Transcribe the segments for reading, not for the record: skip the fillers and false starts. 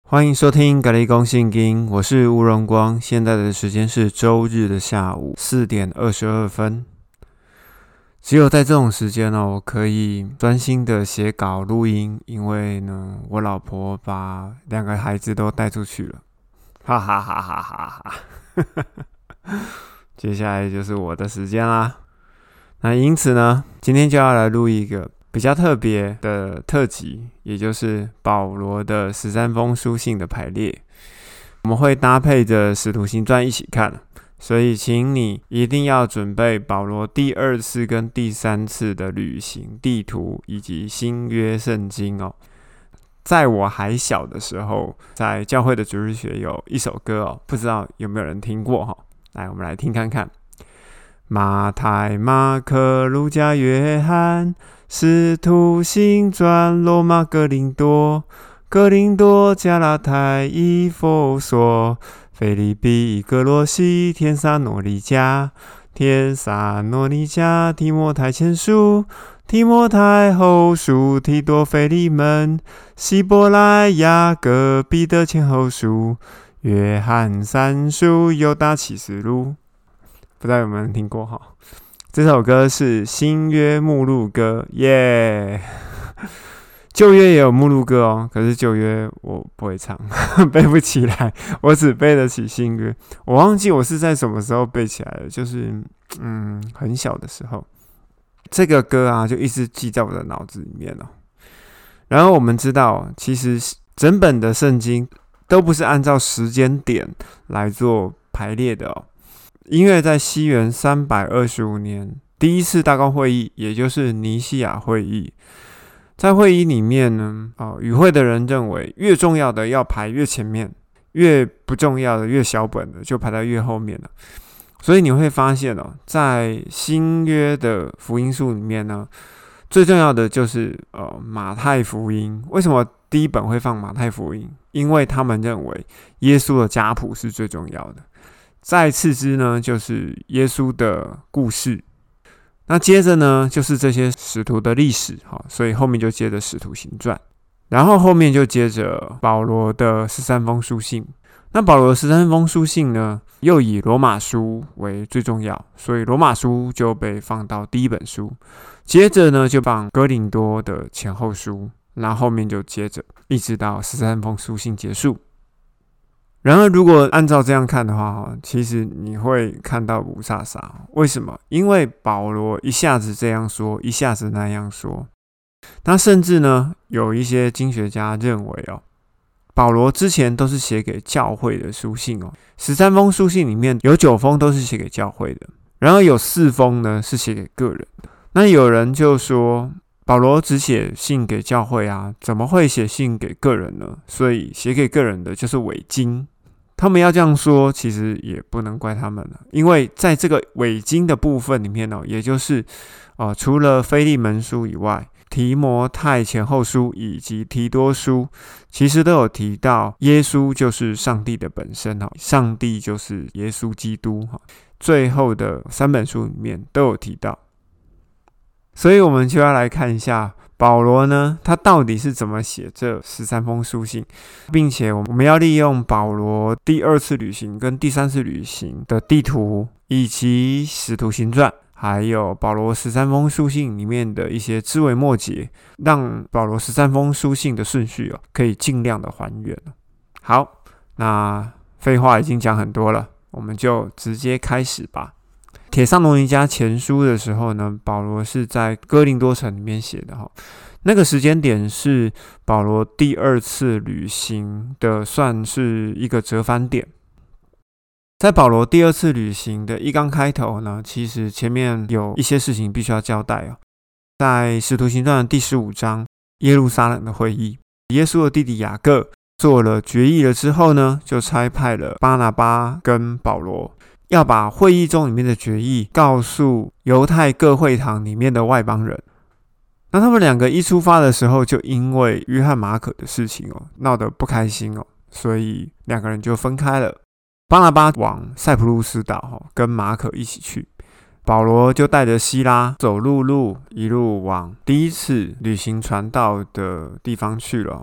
欢迎收听咖喱公信经，我是吴荣光。现在的时间是周日的下午4点22分。只有在这种时间我可以专心的写稿录音，因为呢，我老婆把2个孩子都带出去了，哈哈哈哈哈哈！接下来就是我的时间啦。那因此呢，今天就要来录一个比较特别的特辑，也就是保罗的13封书信的排列。我们会搭配着使徒行传一起看，所以请你一定要准备保罗第2次跟第3次的旅行地图以及新约圣经哦。在我还小的时候，在教会的主日学有一首歌不知道有没有人听过来，我们来听看看。马太、马可、路加、约翰，使徒行传、罗马、哥林多、加拉太、以弗所、腓立比、哥罗西、帖撒罗尼迦、提摩太前书、提摩太后书、提多腓利门、希伯来、雅各、彼得前后书、约翰3书、犹大启示录。不知道有没有人听过这首歌是新约目录歌耶。旧约也有目录歌可是旧约我不会唱背不起来，我只背得起新约。我忘记我是在什么时候背起来的，就是很小的时候。这个歌就一直记在我的脑子里面然后我们知道其实整本的圣经都不是按照时间点来做排列的因为在西元325年第一次大公会议，也就是尼西亚会议，在会议里面呢，与会的人认为越重要的要排越前面，越不重要的越小本的就排在越后面了。所以你会发现在新约的福音书里面呢，最重要的就是马太福音。为什么第一本会放马太福音？因为他们认为耶稣的家谱是最重要的。再次之呢，就是耶稣的故事。那接着呢，就是这些使徒的历史，所以后面就接着使徒行传，然后后面就接着保罗的13封书信。那保罗的13封书信呢，又以罗马书为最重要，所以罗马书就被放到第一本书。接着呢，就放哥林多的前后书，然后后面就接着一直到13封书信结束。然而如果按照这样看的话其实你会看到不飒飒。为什么？因为保罗一下子这样说，一下子那样说。那甚至呢，有一些经学家认为保罗之前都是写给教会的书信13封书信里面有9封都是写给教会的，然后有4封呢是写给个人的。那有人就说保罗只写信给教会怎么会写信给个人呢？所以写给个人的就是伪经。他们要这样说其实也不能怪他们了，因为在这个伪经的部分里面也就是除了腓利门书以外，提摩太前后书以及提多书其实都有提到耶稣就是上帝的本身上帝就是耶稣基督最后的3本书里面都有提到。所以我们就要来看一下保罗呢，他到底是怎么写这13封书信，并且我们要利用保罗第2次旅行跟第3次旅行的地图，以及使徒行传，还有保罗13封书信里面的一些枝微末节，让保罗13封书信的顺序可以尽量的还原。好，那废话已经讲很多了，我们就直接开始吧。帖撒罗尼迦前书的时候呢，保罗是在哥林多城里面写的那个时间点是保罗第2次旅行的算是一个折返点。在保罗第2次旅行的一刚开头呢，其实前面有一些事情必须要交代在使徒行传的第15章耶路撒冷的会议，耶稣的弟弟雅各做了决议了之后呢，就差派了巴拿巴跟保罗要把会议中里面的决议告诉犹太各会堂里面的外邦人。那他们2个一出发的时候，就因为约翰马可的事情闹得不开心所以2个人就分开了。巴拿巴往塞浦路斯岛跟马可一起去，保罗就带着希拉走陆路一路往第1次旅行传道的地方去了。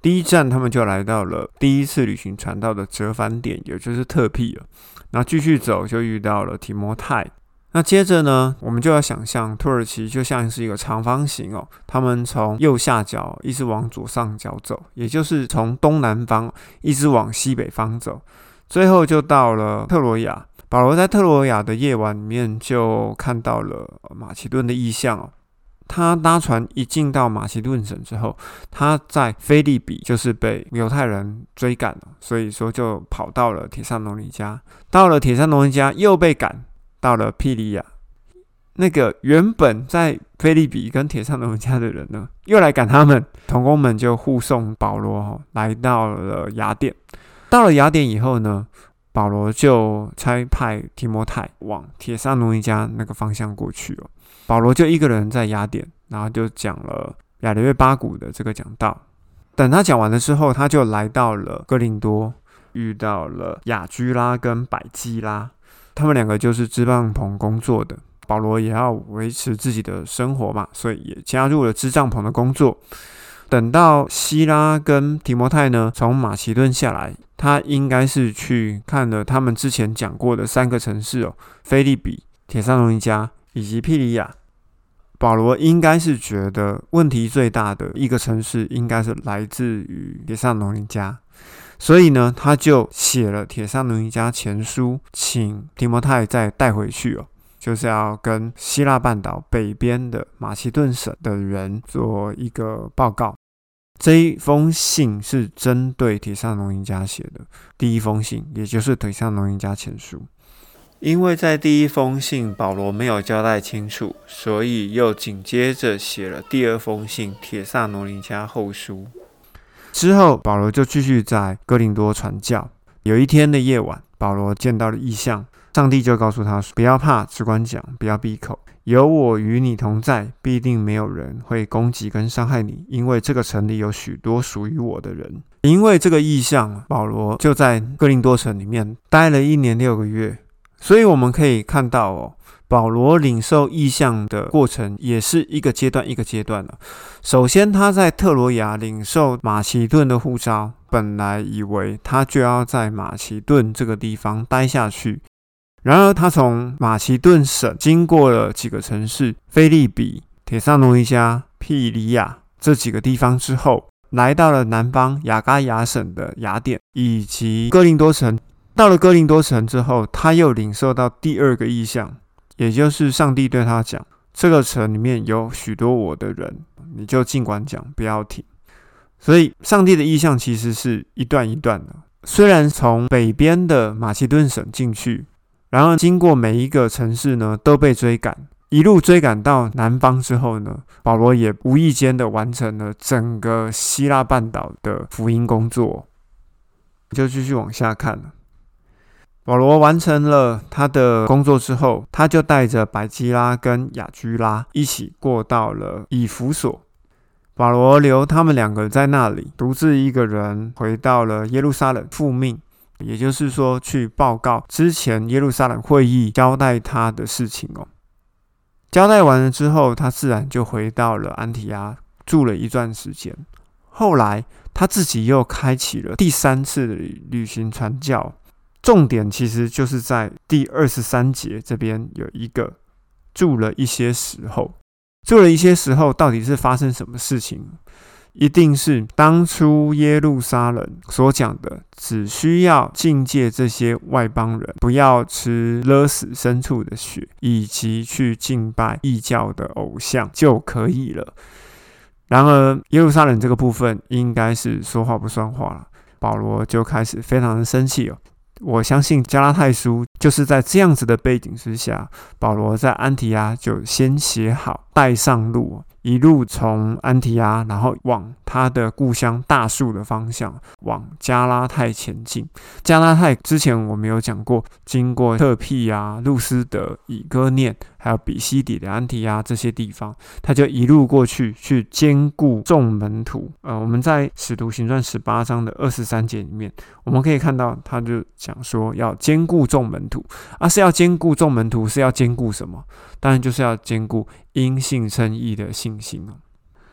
第一站他们就来到了第一次旅行传道的折返点，也就是特庇了。然后继续走就遇到了提摩太。那接着呢，我们就要想象土耳其就像是一个长方形哦，他们从右下角一直往左上角走，也就是从东南方一直往西北方走，最后就到了特罗亚。保罗在特罗亚的夜晚里面就看到了马其顿的异象哦。他搭船一进到马其顿省之后，他在腓立比就是被犹太人追赶了，所以说就跑到了帖撒罗尼迦。到了帖撒罗尼迦又被赶到了庇里亚。那个原本在腓立比跟帖撒罗尼迦的人呢，又来赶他们，同工们就护送保罗来到了雅典。到了雅典以后呢，保罗就差派提摩太往帖撒罗尼迦那个方向过去哦。保罗就一个人在雅典，然后就讲了亚流约巴谷的这个讲道。等他讲完了之后，他就来到了哥林多，遇到了雅居拉跟百基拉，他们两个就是织帐篷工作的。保罗也要维持自己的生活嘛，所以也加入了织帐篷的工作。等到希拉跟提摩太呢从马其顿下来，他应该是去看了他们之前讲过的3个城市哦，腓立比、帖撒罗尼迦以及庇里亚。保罗应该是觉得问题最大的一个城市应该是来自于帖撒罗尼迦，所以呢，他就写了帖撒罗尼迦前书，请提摩太再带回去哦，就是要跟希腊半岛北边的马其顿省的人做一个报告。这一封信是针对帖撒罗尼迦写的第一封信，也就是帖撒罗尼迦前书。因为在第一封信保罗没有交代清楚，所以又紧接着写了第二封信帖撒罗尼迦后书。之后保罗就继续在哥林多传教。有一天的夜晚，保罗见到了异象，上帝就告诉他说，不要怕，只管讲，不要闭口，有我与你同在，必定没有人会攻击跟伤害你，因为这个城里有许多属于我的人。因为这个异象，保罗就在哥林多城里面待了1年6个月。所以我们可以看到哦，保罗领受异象的过程也是一个阶段一个阶段的。首先他在特罗亚领受马其顿的呼召，本来以为他就要在马其顿这个地方待下去，然而他从马其顿省经过了几个城市，腓立比、帖撒罗尼迦、庇里亚这几个地方之后，来到了南方亚该亚省的雅典以及哥林多城。到了哥林多城之后，他又领受到第2个异象，也就是上帝对他讲，这个城里面有许多我的人，你就尽管讲，不要停。所以上帝的异象其实是一段一段的，虽然从北边的马其顿省进去，然后经过每一个城市呢都被追赶，一路追赶到南方之后呢，保罗也无意间的完成了整个希腊半岛的福音工作。就继续往下看了。保罗完成了他的工作之后，他就带着百基拉跟雅居拉一起过到了以弗所。保罗留他们2个在那里，独自一个人回到了耶路撒冷复命，也就是说去报告之前耶路撒冷会议交代他的事情哦。交代完了之后，他自然就回到了安提阿住了一段时间。后来他自己又开启了第3次的旅行传教。重点其实就是在第23节这边有一个住了一些时候。住了一些时候到底是发生什么事情？一定是当初耶路撒冷所讲的，只需要境戒这些外邦人不要吃勒死牲畜的血，以及去敬拜异教的偶像就可以了。然而耶路撒冷这个部分应该是说话不算话了，保罗就开始非常的生气哦。我相信加拉太书就是在这样子的背景之下，保罗在安提阿就先写好带上路，一路从安提阿然后往他的故乡大树的方向往加拉太前进。加拉太之前我们有讲过，经过特庇啊、路斯德、以哥念还有比西底的安提阿这些地方，他就一路过去兼顾众门徒。我们在使徒行传18章的23节里面，我们可以看到他就讲说要兼顾众门徒啊，是要兼顾众门徒，是要兼顾什么？当然就是要兼顾因信称义的信心哦。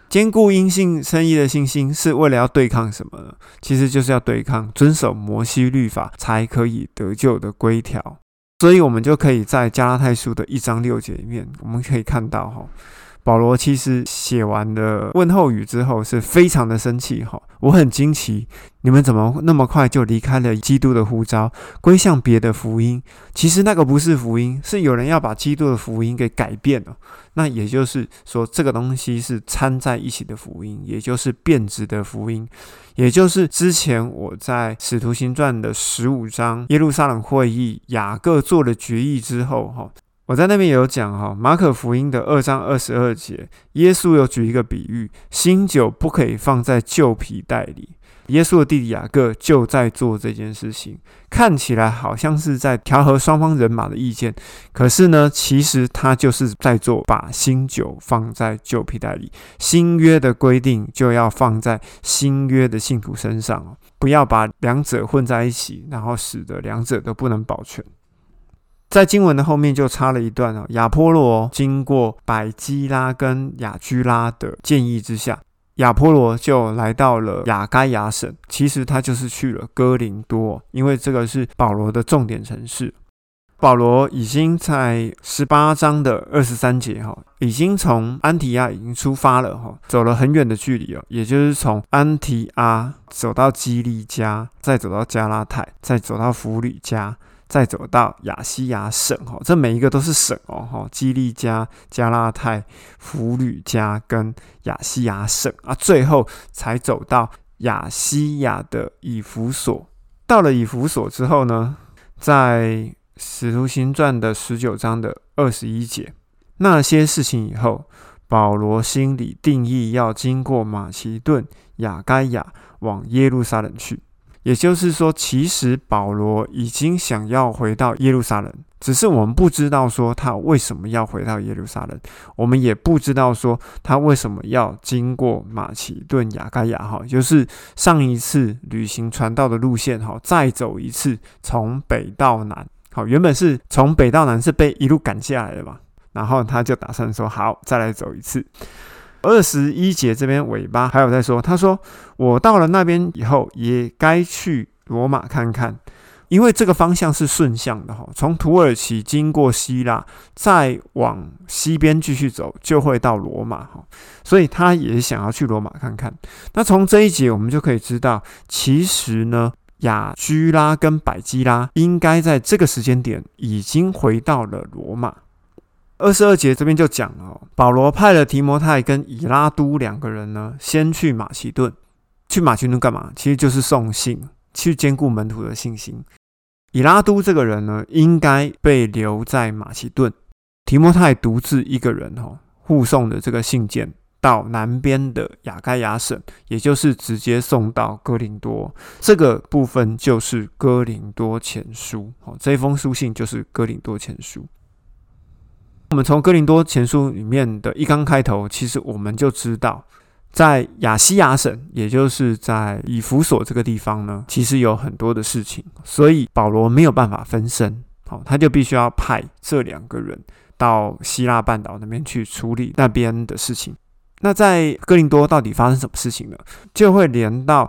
坚固因信称义的信心是为了要对抗什么呢？其实就是要对抗遵守摩西律法才可以得救的规条。所以我们就可以在加拉太书的1章6节里面，我们可以看到保罗其实写完了问候语之后是非常的生气，我很惊奇，你们怎么那么快就离开了基督的呼召，归向别的福音？其实那个不是福音，是有人要把基督的福音给改变了。那也就是说，这个东西是掺在一起的福音，也就是变质的福音，也就是之前我在使徒行传的15章耶路撒冷会议，雅各做了决议之后，我在那边也有讲马可福音的2章22节，耶稣有举一个比喻，新酒不可以放在旧皮袋里。耶稣的弟弟雅各就在做这件事情，看起来好像是在调和双方人马的意见，可是呢，其实他就是在做把新酒放在旧皮袋里。新约的规定就要放在新约的信徒身上，不要把两者混在一起，然后使得两者都不能保全。在经文的后面就插了一段，亚波罗经过百基拉跟雅居拉的建议之下，亚波罗就来到了亚该亚省，其实他就是去了哥林多，因为这个是保罗的重点城市。保罗已经在18章的23节已经从安提阿已经出发了，走了很远的距离，也就是从安提阿走到基利家，再走到加拉太，再走到弗吕家，再走到亚西亚省，这每一个都是省基利家、加拉太、弗吕家跟亚西亚省最后才走到亚西亚的以弗所。到了以弗所之后呢，在使徒行传的19章的21节，那些事情以后，保罗心里定义要经过马其顿、亚该亚，往耶路撒冷去。也就是说，其实保罗已经想要回到耶路撒冷，只是我们不知道说他为什么要回到耶路撒冷，我们也不知道说他为什么要经过马其顿、亚该亚，就是上一次旅行传道的路线，再走一次，从北到南。原本是从北到南是被一路赶下来的嘛，然后他就打算说好，再来走一次。21节这边尾巴还有在说，他说我到了那边以后也该去罗马看看，因为这个方向是顺向的，从土耳其经过希腊，再往西边继续走就会到罗马，所以他也想要去罗马看看。那从这一节我们就可以知道，其实呢，亚居拉跟百基拉应该在这个时间点已经回到了罗马。22节这边就讲了，保罗派了提摩太跟以拉都2个人呢，先去马其顿。去马其顿干嘛？其实就是送信，去兼顾门徒的信心。以拉都这个人呢，应该被留在马其顿，提摩太独自一个人护送的这个信件到南边的亚该亚省，也就是直接送到哥林多。这个部分就是哥林多前书，这封书信就是哥林多前书。我们从哥林多前书里面的一章开头，其实我们就知道，在亚西亚省，也就是在以弗所这个地方呢，其实有很多的事情，所以保罗没有办法分身，他就必须要派这2个人到希腊半岛那边去处理那边的事情。那在哥林多到底发生什么事情呢？就会连到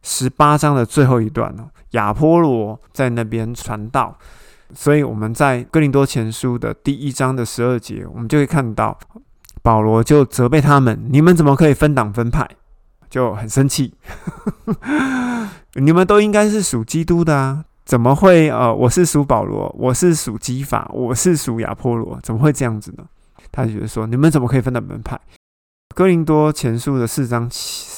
18章的最后一段，亚波罗在那边传道。所以我们在哥林多前书的第1章的12节，我们就会看到保罗就责备他们，你们怎么可以分党分派，就很生气你们都应该是属基督的啊，怎么会我是属保罗，我是属基法，我是属亚波罗，怎么会这样子呢？他就觉得说，你们怎么可以分党分派？哥林多前书的4章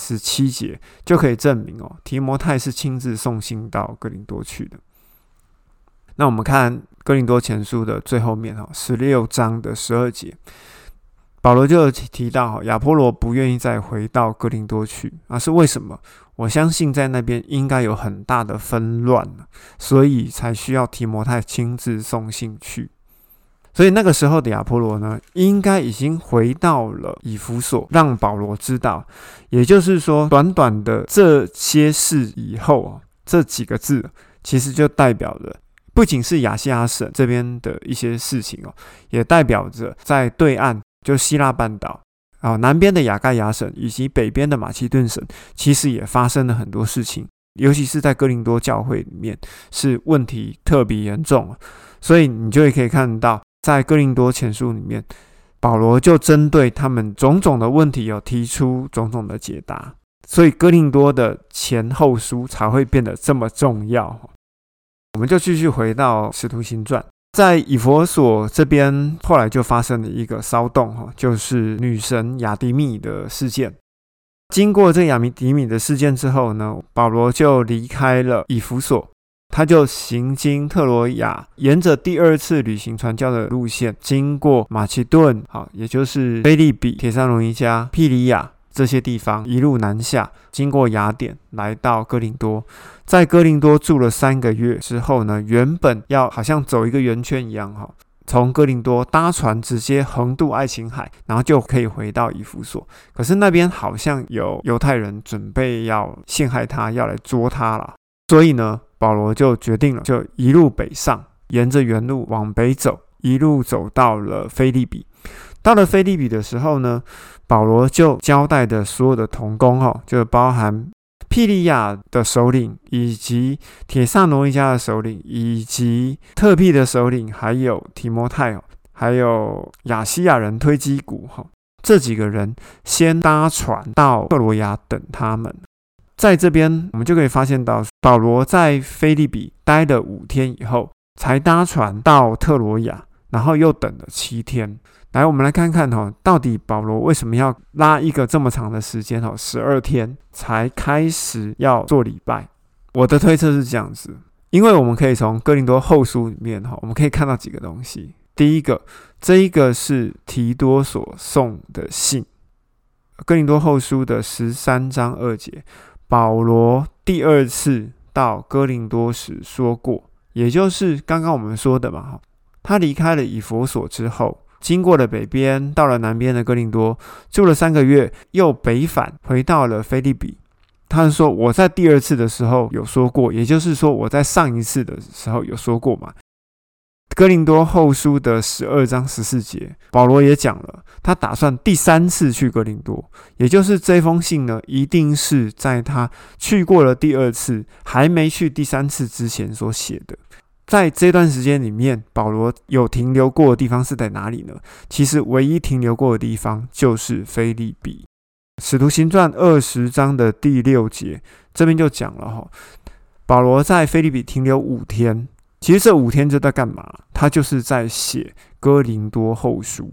17节就可以证明提摩太是亲自送信到哥林多去的。那我们看哥林多前书的最后面16章的12节，保罗就提到亚波罗不愿意再回到哥林多去，是为什么？我相信在那边应该有很大的纷乱，所以才需要提摩太亲自送信去。所以那个时候的亚波罗呢，应该已经回到了以弗所，让保罗知道。也就是说，短短的这些事以后，这几个字其实就代表了不仅是亚细亚省这边的一些事情，也代表着在对岸，就希腊半岛南边的亚该亚省以及北边的马其顿省，其实也发生了很多事情，尤其是在哥林多教会里面是问题特别严重，所以你就可以看到在哥林多前书里面，保罗就针对他们种种的问题有提出种种的解答，所以哥林多的前后书才会变得这么重要。我们就继续回到使徒行传，在以弗所这边后来就发生了一个骚动，就是女神亚迪密的事件。经过这亚迪密的事件之后呢，保罗就离开了以弗所，他就行经特罗亚，沿着第二次旅行传教的路线，经过马其顿，也就是腓立比、帖撒罗尼迦、庇哩亚这些地方，一路南下，经过雅典，来到哥林多。在哥林多住了3个月之后呢，原本要好像走一个圆圈一样，从哥林多搭船直接横渡爱琴海，然后就可以回到以弗所。可是那边好像有犹太人准备要陷害他，要来捉他了，所以呢，保罗就决定了，就一路北上，沿着原路往北走，一路走到了腓立比。到了腓立比的时候呢，保罗就交代的所有的同工，就包含庇哩亚的首领，以及帖撒罗尼迦的首领，以及特庇的首领，还有提摩太，还有亚西亚人推基古，这几个人先搭船到特罗亚等他们。在这边我们就可以发现到，保罗在腓立比待了5天以后，才搭船到特罗亚，然后又等了7天。来，我们来看看到底保罗为什么要拉一个这么长的时间12天才开始要做礼拜。我的推测是这样子，因为我们可以从哥林多后书里面我们可以看到几个东西。第一个，这一个是提多所送的信，哥林多后书的13章2节，保罗第2次到哥林多时说过，也就是刚刚我们说的嘛，他离开了以弗所之后，经过了北边，到了南边的哥林多，住了3个月，又北返回到了腓立比。他是说，我在第2次的时候有说过，也就是说我在上一次的时候有说过嘛。哥林多后书的12章14节，保罗也讲了，他打算第3次去哥林多，也就是这封信呢，一定是在他去过了第2次，还没去第3次之前所写的。在这段时间里面，保罗有停留过的地方是在哪里呢？其实唯一停留过的地方就是腓立比。使徒行传20章的第6节，这边就讲了，保罗在腓立比停留5天。其实这5天就在干嘛？他就是在写哥林多后书，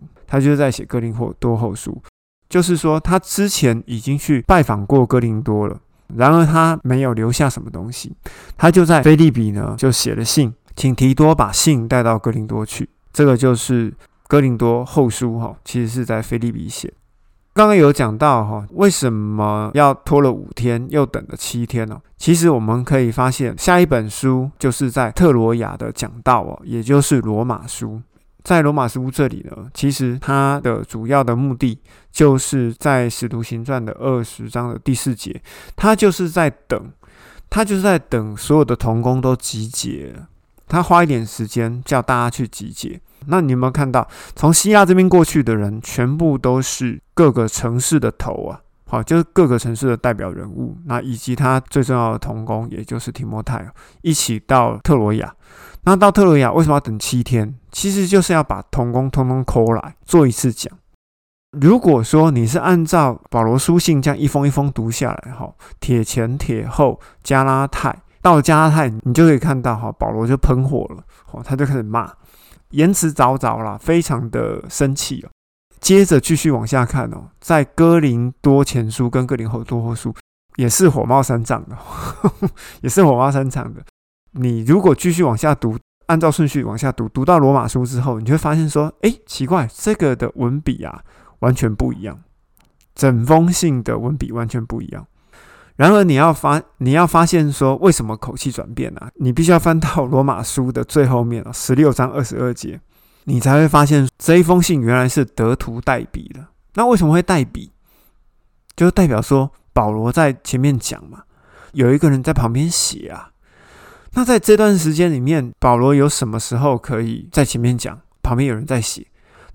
就是说他之前已经去拜访过哥林多了，然而他没有留下什么东西，他就在腓立比呢就写了信，请提多把信带到哥林多去。这个就是哥林多后书，其实是在腓立比写。刚刚有讲到为什么要拖了5天又等了7天呢？其实我们可以发现，下一本书就是在特罗亚的讲道，也就是罗马书。在罗马书这里呢，其实它的主要的目的就是在使徒行传的20章的第4节，他就是在等所有的同工都集结了，他花一点时间叫大家去集结。那你有没有看到，从希腊这边过去的人全部都是各个城市的头就是各个城市的代表人物，那以及他最重要的同工，也就是提摩太，一起到特罗亚。那到特罗亚为什么要等7天？其实就是要把同工通通抠来做一次讲。如果说你是按照保罗书信这样一封一封读下来，帖前帖后加拉太，到了加拉太你就可以看到保罗就喷火了，他就开始骂，言辞凿凿啦，非常的生气。接着继续往下看，在哥林多前书跟哥林多后书也是火冒三丈的也是火冒三丈的。你如果继续往下读，按照顺序往下读，读到罗马书之后，你就会发现说，奇怪，这个的文笔完全不一样，整封信的文笔完全不一样。然而你要发现说为什么口气转变你必须要翻到罗马书的最后面16章22节，你才会发现这一封信原来是得图代笔的。那为什么会代笔？就代表说保罗在前面讲嘛，有一个人在旁边写那在这段时间里面，保罗有什么时候可以在前面讲，旁边有人在写？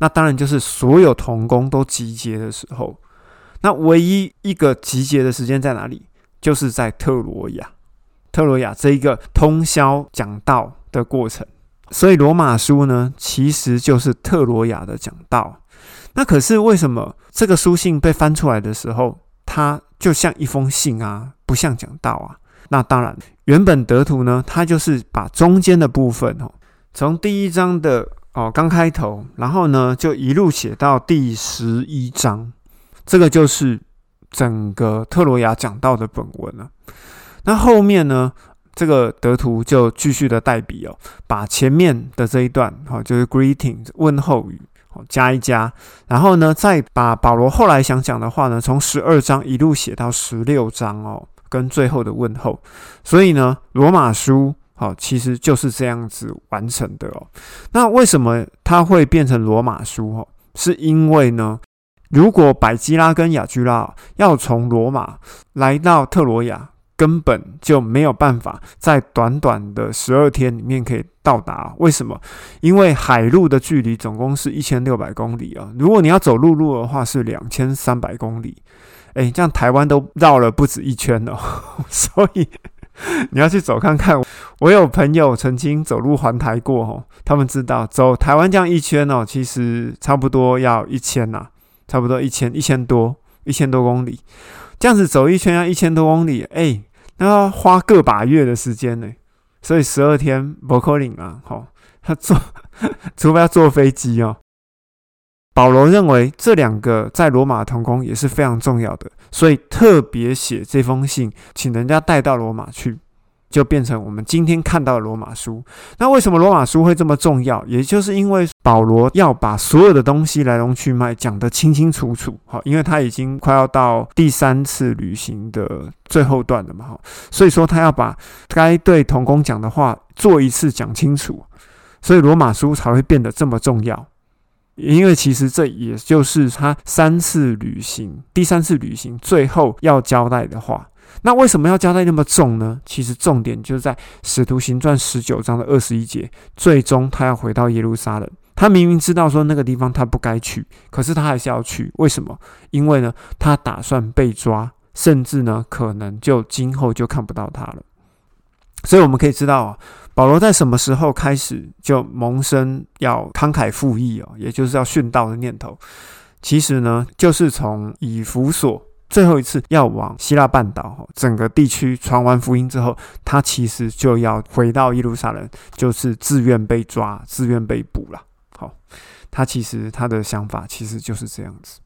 那当然就是所有同工都集结的时候。那唯一一个集结的时间在哪里？就是在特罗亚。特罗亚这一个通宵讲道的过程。所以罗马书呢，其实就是特罗亚的讲道。那可是为什么这个书信被翻出来的时候，它就像一封信啊，不像讲道啊？那当然，原本德图呢，他就是把中间的部分从第1章的刚开头，然后呢就一路写到第11章，这个就是整个特罗亚讲道的本文了。那后面呢，这个德图就继续的代笔把前面的这一段就是 greeting 问候语加一加，然后呢再把保罗后来想讲的话呢，从12章一路写到16章跟最后的问候。所以呢，罗马书其实就是这样子完成的那为什么它会变成罗马书是因为呢，如果百基拉跟亚居拉要从罗马来到特罗亚，根本就没有办法在短短的12天里面可以到达。为什么？因为海路的距离总共是1600公里如果你要走陆路的话是2300公里。这样台湾都绕了不止一圈所以你要去走看看。我有朋友曾经走路环台过他们知道走台湾这样一圈其实差不多要1000差不多1000多公里。这样子走一圈要1000多公里，那要花个把月的时间呢。所以12天不可能他除非要坐飞机保罗认为这2个在罗马同工也是非常重要的，所以特别写这封信，请人家带到罗马去，就变成我们今天看到的罗马书。那为什么罗马书会这么重要？也就是因为保罗要把所有的东西来龙去脉讲得清清楚楚，因为他已经快要到第3次旅行的最后段了嘛，所以说他要把该对同工讲的话做一次讲清楚，所以罗马书才会变得这么重要。因为其实这也就是他第3次旅行最后要交代的话。那为什么要交代那么重呢？其实重点就是在使徒行传19章的21节，最终他要回到耶路撒冷。他明明知道说那个地方他不该去，可是他还是要去。为什么？因为呢，他打算被抓，甚至呢，可能就今后就看不到他了。所以我们可以知道保罗在什么时候开始就萌生要慷慨赴义也就是要殉道的念头？其实呢，就是从以弗所最后一次要往希腊半岛整个地区传完福音之后，他其实就要回到耶路撒冷，就是自愿被抓，自愿被捕了。他其实他的想法其实就是这样子。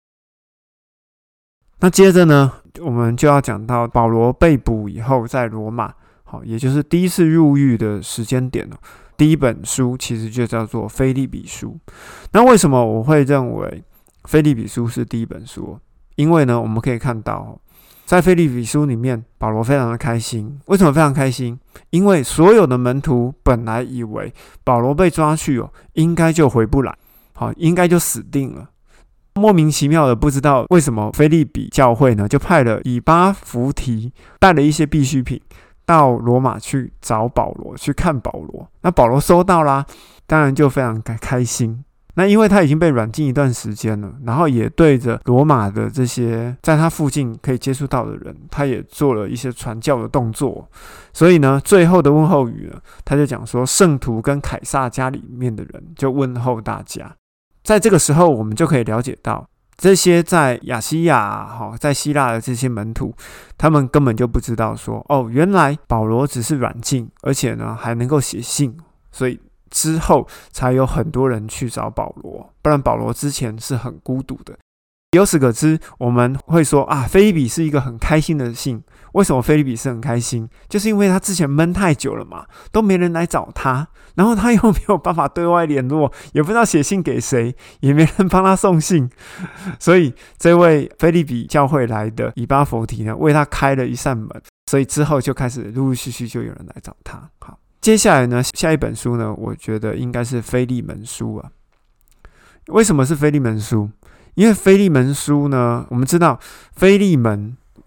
那接着呢，我们就要讲到保罗被捕以后在罗马，也就是第一次入狱的时间点第一本书其实就叫做腓立比书。那为什么我会认为腓立比书是第一本书？因为呢，我们可以看到在腓立比书里面，保罗非常的开心。为什么非常开心？因为所有的门徒本来以为保罗被抓去应该就回不来，应该就死定了。莫名其妙的不知道为什么腓立比教会呢，就派了以巴弗提带了一些必需品到罗马去找保罗，去看保罗。那保罗收到啦，当然就非常开心。那因为他已经被软禁一段时间了，然后也对着罗马的这些在他附近可以接触到的人，他也做了一些传教的动作。所以呢，最后的问候语呢，他就讲说，圣徒跟凯撒家里面的人就问候大家。在这个时候，我们就可以了解到，这些在亚西亚在希腊的这些门徒，他们根本就不知道说，原来保罗只是软禁，而且呢还能够写信，所以之后才有很多人去找保罗，不然保罗之前是很孤独的。由此可知，我们会说腓立比是一个很开心的信。为什么腓立比是很开心？就是因为他之前闷太久了嘛，都没人来找他，然后他又没有办法对外联络，也不知道写信给谁，也没人帮他送信，所以这位腓立比教会来的以巴弗提呢，为他开了一扇门，所以之后就开始陆陆续续就有人来找他。好，接下来呢，下一本书呢，我觉得应该是腓利门书为什么是腓利门书？因为腓利门书呢，我们知道腓利门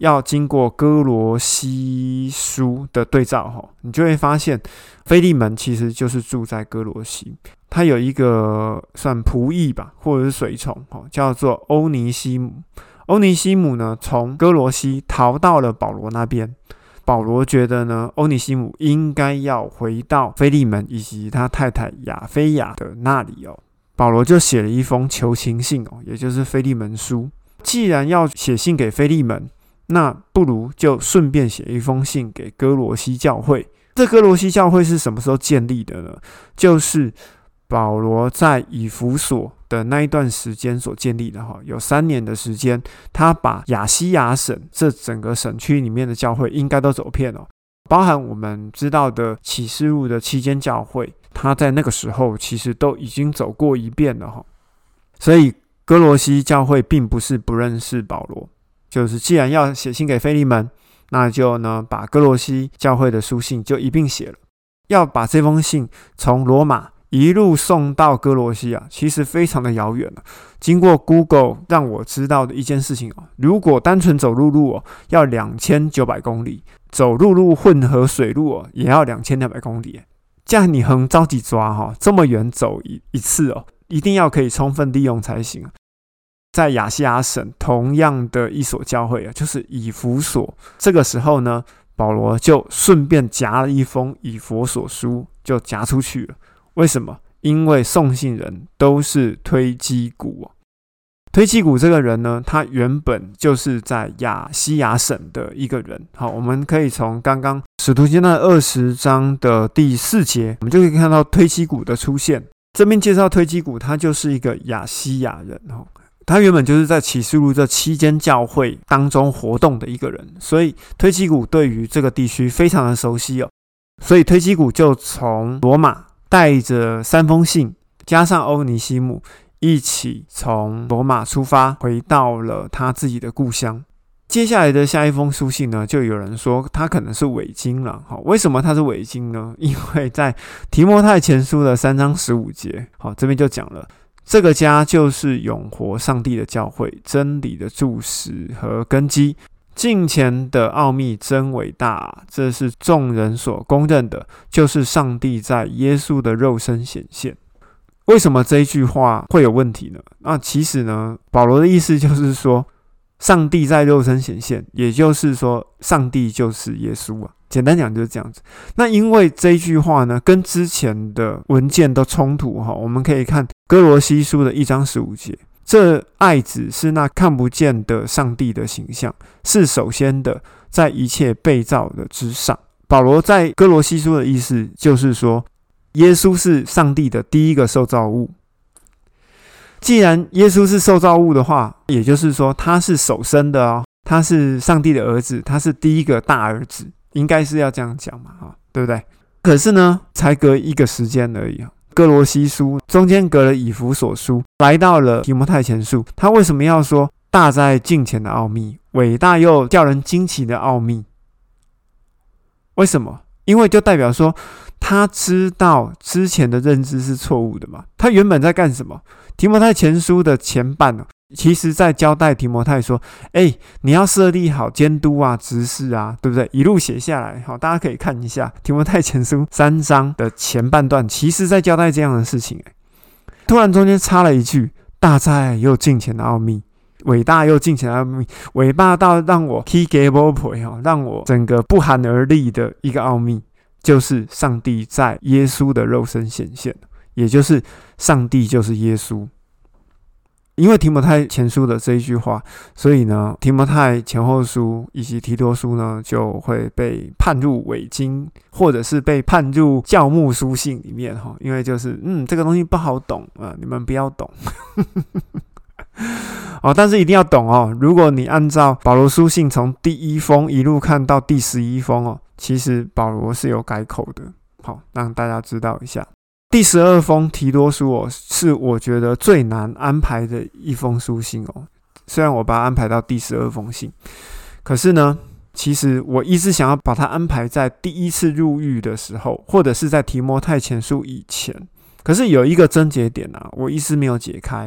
要经过哥罗西书的对照，你就会发现腓利门其实就是住在哥罗西，他有一个算仆役吧，或者是随从，叫做欧尼西姆。欧尼西姆呢，从哥罗西逃到了保罗那边。保罗觉得呢，欧尼西姆应该要回到腓利门以及他太太亚非亚的那里哦。保罗就写了一封求情信哦，也就是腓利门书。既然要写信给腓利门，那不如就顺便写一封信给哥罗西教会。这哥罗西教会是什么时候建立的呢？就是保罗在以弗所的那一段时间所建立的，有3年的时间，他把亚西亚省这整个省区里面的教会应该都走遍了，包含我们知道的启示录的7间教会，他在那个时候其实都已经走过一遍了。所以哥罗西教会并不是不认识保罗，就是既然要写信给腓利门，那就呢把哥罗西教会的书信就一并写了。要把这封信从罗马一路送到哥罗西其实非常的遥远了。经过 Google 让我知道的一件事情如果单纯走陆路要2900公里，走陆路混合水路也要2200公里。这样你很着急抓这么远走一次一定要可以充分利用才行。在亚细亚省同样的一所教会就是以弗所，这个时候呢，保罗就顺便夹了一封以弗所书就夹出去了。为什么？因为送信人都是推基古。推基古这个人呢，他原本就是在亚细亚省的一个人。好，我们可以从刚刚使徒行传20章的第4节，我们就可以看到推基古的出现。这边介绍推基古，他就是一个亚细亚人。他原本就是在启示录这7间教会当中活动的一个人，所以推基古对于这个地区非常的熟悉。所以推基古就从罗马带着3封信，加上欧尼西姆，一起从罗马出发，回到了他自己的故乡。接下来的下一封书信呢，就有人说他可能是伪经了。为什么他是伪经呢？因为在提摩太前书的3章15节，这边就讲了，这个家就是永活上帝的教会，真理的柱石和根基。敬虔的奥秘真伟大，这是众人所公认的，就是上帝在耶稣的肉身显现。为什么这一句话会有问题呢？那其实呢，保罗的意思就是说，上帝在肉身显现，也就是说，上帝就是耶稣简单讲就是这样子。那因为这一句话呢，跟之前的文件都冲突我们可以看哥罗西书的1章15节。这爱子是那看不见的上帝的形象，是首先的，在一切被造的之上。保罗在哥罗西书的意思就是说，耶稣是上帝的第一个受造物。既然耶稣是受造物的话，也就是说他是首生的他是上帝的儿子，他是第一个大儿子，应该是要这样讲嘛，对不对？可是呢，才隔一个时间而已哥罗西书中间隔了以弗所书，来到了提摩太前书。他为什么要说大在敬虔的奥秘，伟大又叫人惊奇的奥秘？为什么？因为就代表说他知道之前的认知是错误的嘛。他原本在干什么？提摩太前书的前半其实在交代提摩太说，你要设立好监督执事对不对？一路写下来，好，大家可以看一下提摩太前书3章的前半段，其实在交代这样的事情。突然中间插了一句，大在又敬虔的奥秘，伟大又敬虔的奥秘，伟大到让我起鸡母皮，让我整个不寒而栗的一个奥秘，就是上帝在耶稣的肉身显现，也就是上帝就是耶稣。因为提摩太前书的这一句话，所以呢，提摩太前后书以及提多书呢，就会被判入伪经，或者是被判入教牧书信里面因为就是这个东西不好懂你们不要懂但是一定要懂如果你按照保罗书信从第1封一路看到第11封其实保罗是有改口的，好，让大家知道一下。第12封提多书是我觉得最难安排的一封书信虽然我把它安排到第12封信，可是呢，其实我一直想要把它安排在第一次入狱的时候，或者是在提摩太前书以前。可是有一个症结点我一直没有解开，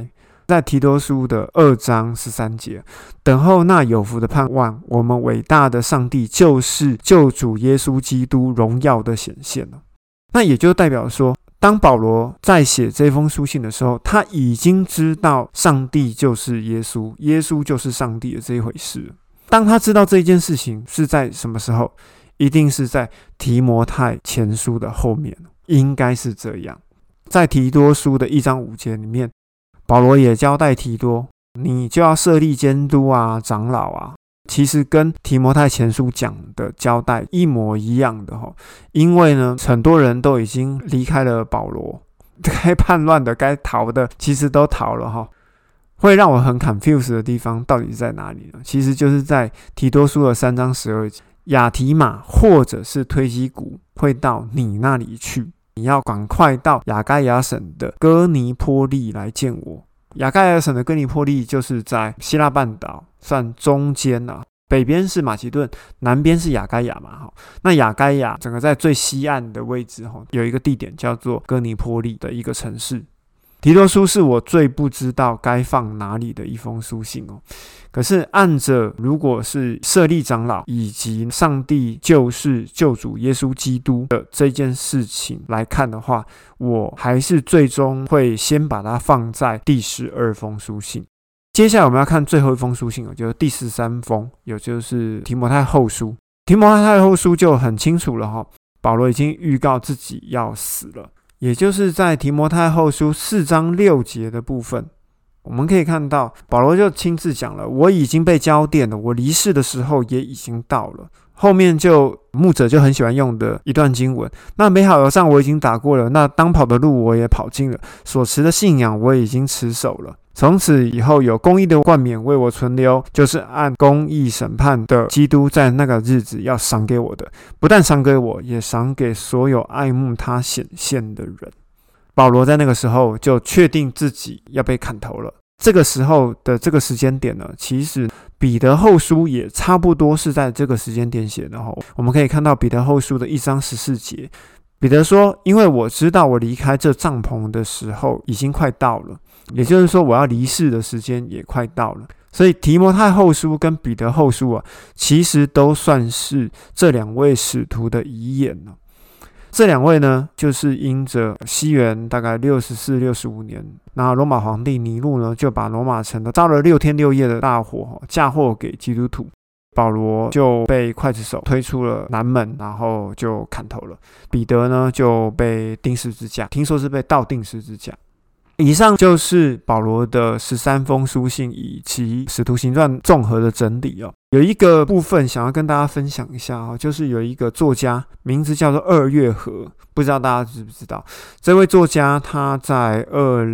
在提多书的2章13节，等候那有福的盼望，我们伟大的上帝就是救主耶稣基督荣耀的显现了。那也就代表说，当保罗在写这封书信的时候，他已经知道上帝就是耶稣，耶稣就是上帝的这一回事。当他知道这件事情是在什么时候，一定是在提摩太前书的后面，应该是这样。在提多书的1章5节里面，保罗也交代提多，你就要设立监督啊、长老啊，其实跟提摩太前书讲的交代一模一样的。因为呢，很多人都已经离开了保罗，该叛乱的、该逃的，其实都逃了。会让我很 confused 的地方到底在哪里呢？其实就是在提多书的3章12节，亚提马或者是推基古会到你那里去，你要赶快到亚该亚省的哥尼波利来见我。亚该亚省的哥尼波利就是在希腊半岛算中间啊，北边是马其顿，南边是亚该亚嘛。那亚该亚整个在最西岸的位置有一个地点叫做哥尼波利的一个城市。提多书是我最不知道该放哪里的一封书信可是按着如果是设立长老以及上帝就是救主耶稣基督的这件事情来看的话，我还是最终会先把它放在第12封书信。接下来我们要看最后一封书信就是第13封，也就是提摩太后书。提摩太后书就很清楚了保罗已经预告自己要死了，也就是在提摩太后书4章6节的部分，我们可以看到保罗就亲自讲了，我已经被交奠了，我离世的时候也已经到了。后面就牧者就很喜欢用的一段经文，那美好的仗我已经打过了，那当跑的路我也跑尽了，所持的信仰我已经持守了。从此以后有公义的冠冕为我存留，就是按公义审判的基督在那个日子要赏给我的，不但赏给我，也赏给所有爱慕他显现的人。保罗在那个时候就确定自己要被砍头了。这个时候的这个时间点呢，其实彼得后书也差不多是在这个时间点写的。我们可以看到彼得后书的1章14节，彼得说，因为我知道我离开这帐篷的时候已经快到了，也就是说我要离世的时间也快到了。所以提摩太后书跟彼得后书其实都算是这2位使徒的遗言。这2位呢，就是因着西元大概64、65年，那罗马皇帝尼禄呢，就把罗马城烧了6天6夜的大火嫁祸给基督徒，保罗就被刽子手推出了南门，然后就砍头了。彼得呢就被钉十字架，听说是被倒钉十字架。以上就是保罗的13封书信以及使徒行传综合的整理有一个部分想要跟大家分享一下就是有一个作家名字叫做2月河，不知道大家知不知道？这位作家他在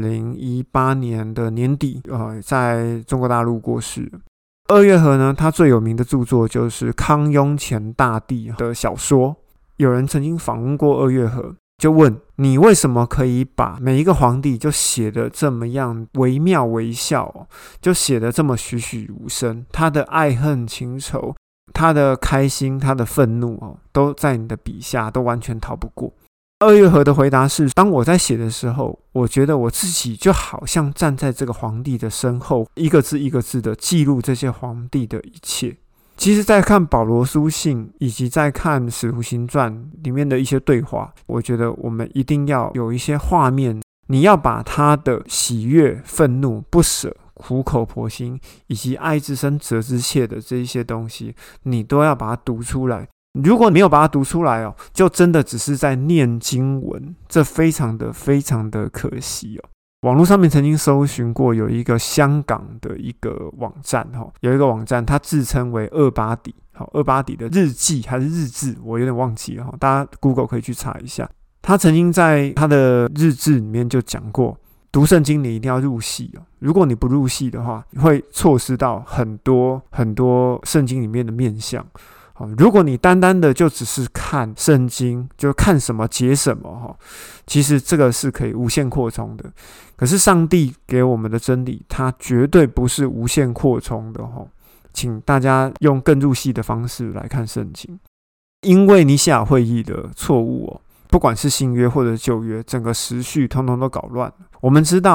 2018年的年底在中国大陆过世了。2月河呢，他最有名的著作就是康雍乾大帝的小说。有人曾经访问过2月河，就问你为什么可以把每一个皇帝就写得这么样惟妙惟肖就写得这么栩栩如生，他的爱恨情仇，他的开心，他的愤怒都在你的笔下，都完全逃不过。2月河的回答是，当我在写的时候，我觉得我自己就好像站在这个皇帝的身后，一个字一个字的记录这些皇帝的一切。其实在看保罗书信以及在看使徒行传里面的一些对话，我觉得我们一定要有一些画面，你要把他的喜悦、愤怒、不舍、苦口婆心以及爱之深责之切的这一些东西，你都要把它读出来。如果没有把它读出来就真的只是在念经文，这非常的可惜网络上面曾经搜寻过有一个香港的一个网站有一个网站它自称为28底28底的日记还是日志，我有点忘记了大家 Google 可以去查一下。他曾经在他的日志里面就讲过，读圣经你一定要入戏如果你不入戏的话，会错失到很多圣经里面的面向。如果你单单的就只是看圣经，就看什么解什么其实这个是可以无限扩充的。可是上帝给我们的真理，它绝对不是无限扩充的请大家用更入戏的方式来看圣经。因为尼西亚会议的错误不管是新约或者旧约，整个时序通通都搞乱了。我们知道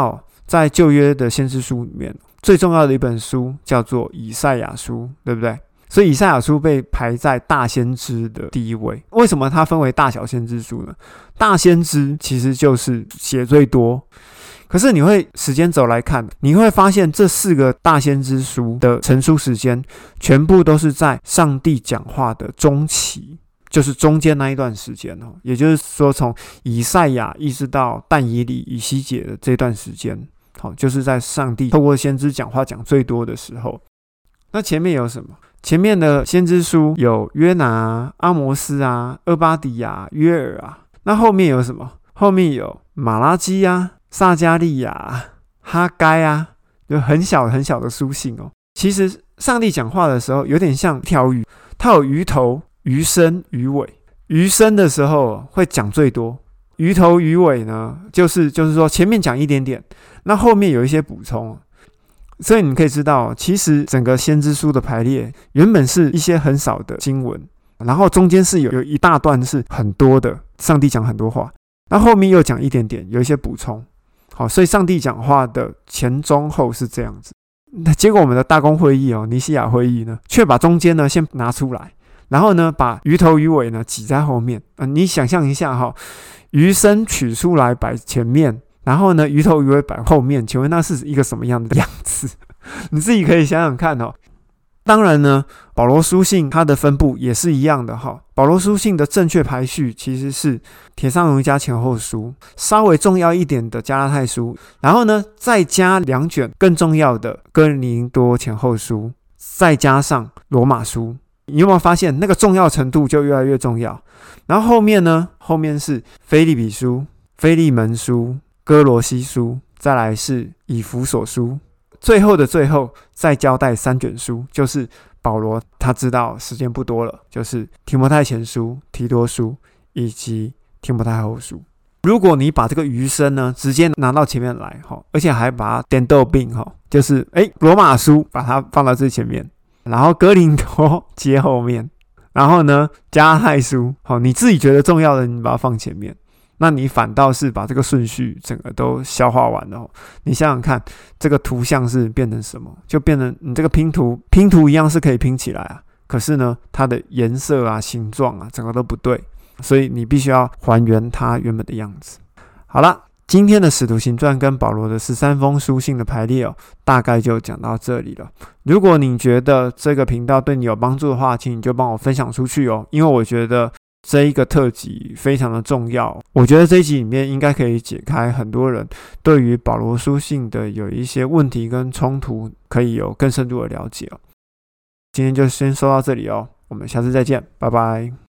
在旧约的先知书里面，最重要的一本书叫做以赛亚书，对不对？所以以赛亚书被排在大先知的第一位。为什么它分为大小先知书呢？大先知其实就是写最多，可是你会时间轴来看，你会发现这4个大先知书的成书时间全部都是在上帝讲话的中期，就是中间那一段时间，也就是说从以赛亚一直到但以理、以西结的这段时间，就是在上帝透过先知讲话讲最多的时候。那前面有什么？前面的先知书有约拿、阿摩斯啊、俄巴底亚、约珥啊。那后面有什么？后面有马拉基啊、撒迦利亚、哈该啊，有很小很小的书信哦。其实上帝讲话的时候有点像一条鱼，它有鱼头、鱼身、鱼尾。鱼身的时候会讲最多，鱼头鱼尾呢，就是说前面讲一点点，那后面有一些补充。所以你可以知道，其实整个先知书的排列原本是一些很少的经文，然后中间是有一大段是很多的，上帝讲很多话，那后面又讲一点点，有一些补充。好，所以上帝讲话的前中后是这样子。那结果我们的大公会议尼西亚会议呢，却把中间呢先拿出来，然后呢把鱼头鱼尾呢挤在后面。你想象一下鱼身取出来摆前面，然后呢鱼头鱼尾摆后面，请问那是一个什么样的样子？你自己可以想想看当然呢，保罗书信它的分布也是一样的保罗书信的正确排序其实是帖撒罗尼迦前后书，稍微重要一点的加拉太书，然后呢再加2卷更重要的哥林多前后书，再加上罗马书。你有没有发现那个重要程度就越来越重要？然后后面呢？后面是腓立比书、腓利门书、哥罗西书，再来是以弗所书，最后的最后再交代3卷书，就是保罗他知道时间不多了，就是提摩太前书、提多书以及提摩太后书。如果你把这个余生呢直接拿到前面来，而且还把它颠倒并，就是罗马书把它放到最前面，然后哥林多接后面，然后呢加拉太书，你自己觉得重要的你把它放前面，那你反倒是把这个顺序整个都消化完了。你想想看，这个图像是变成什么？就变成你这个拼图一样是可以拼起来啊，可是呢它的颜色啊、形状啊整个都不对，所以你必须要还原它原本的样子。好了，今天的使徒行传跟保罗的13封书信的排列大概就讲到这里了。如果你觉得这个频道对你有帮助的话，请你就帮我分享出去因为我觉得这一个特辑非常的重要。我觉得这一集里面应该可以解开很多人对于保罗书信的有一些问题跟冲突，可以有更深入的了解今天就先说到这里我们下次再见，拜拜。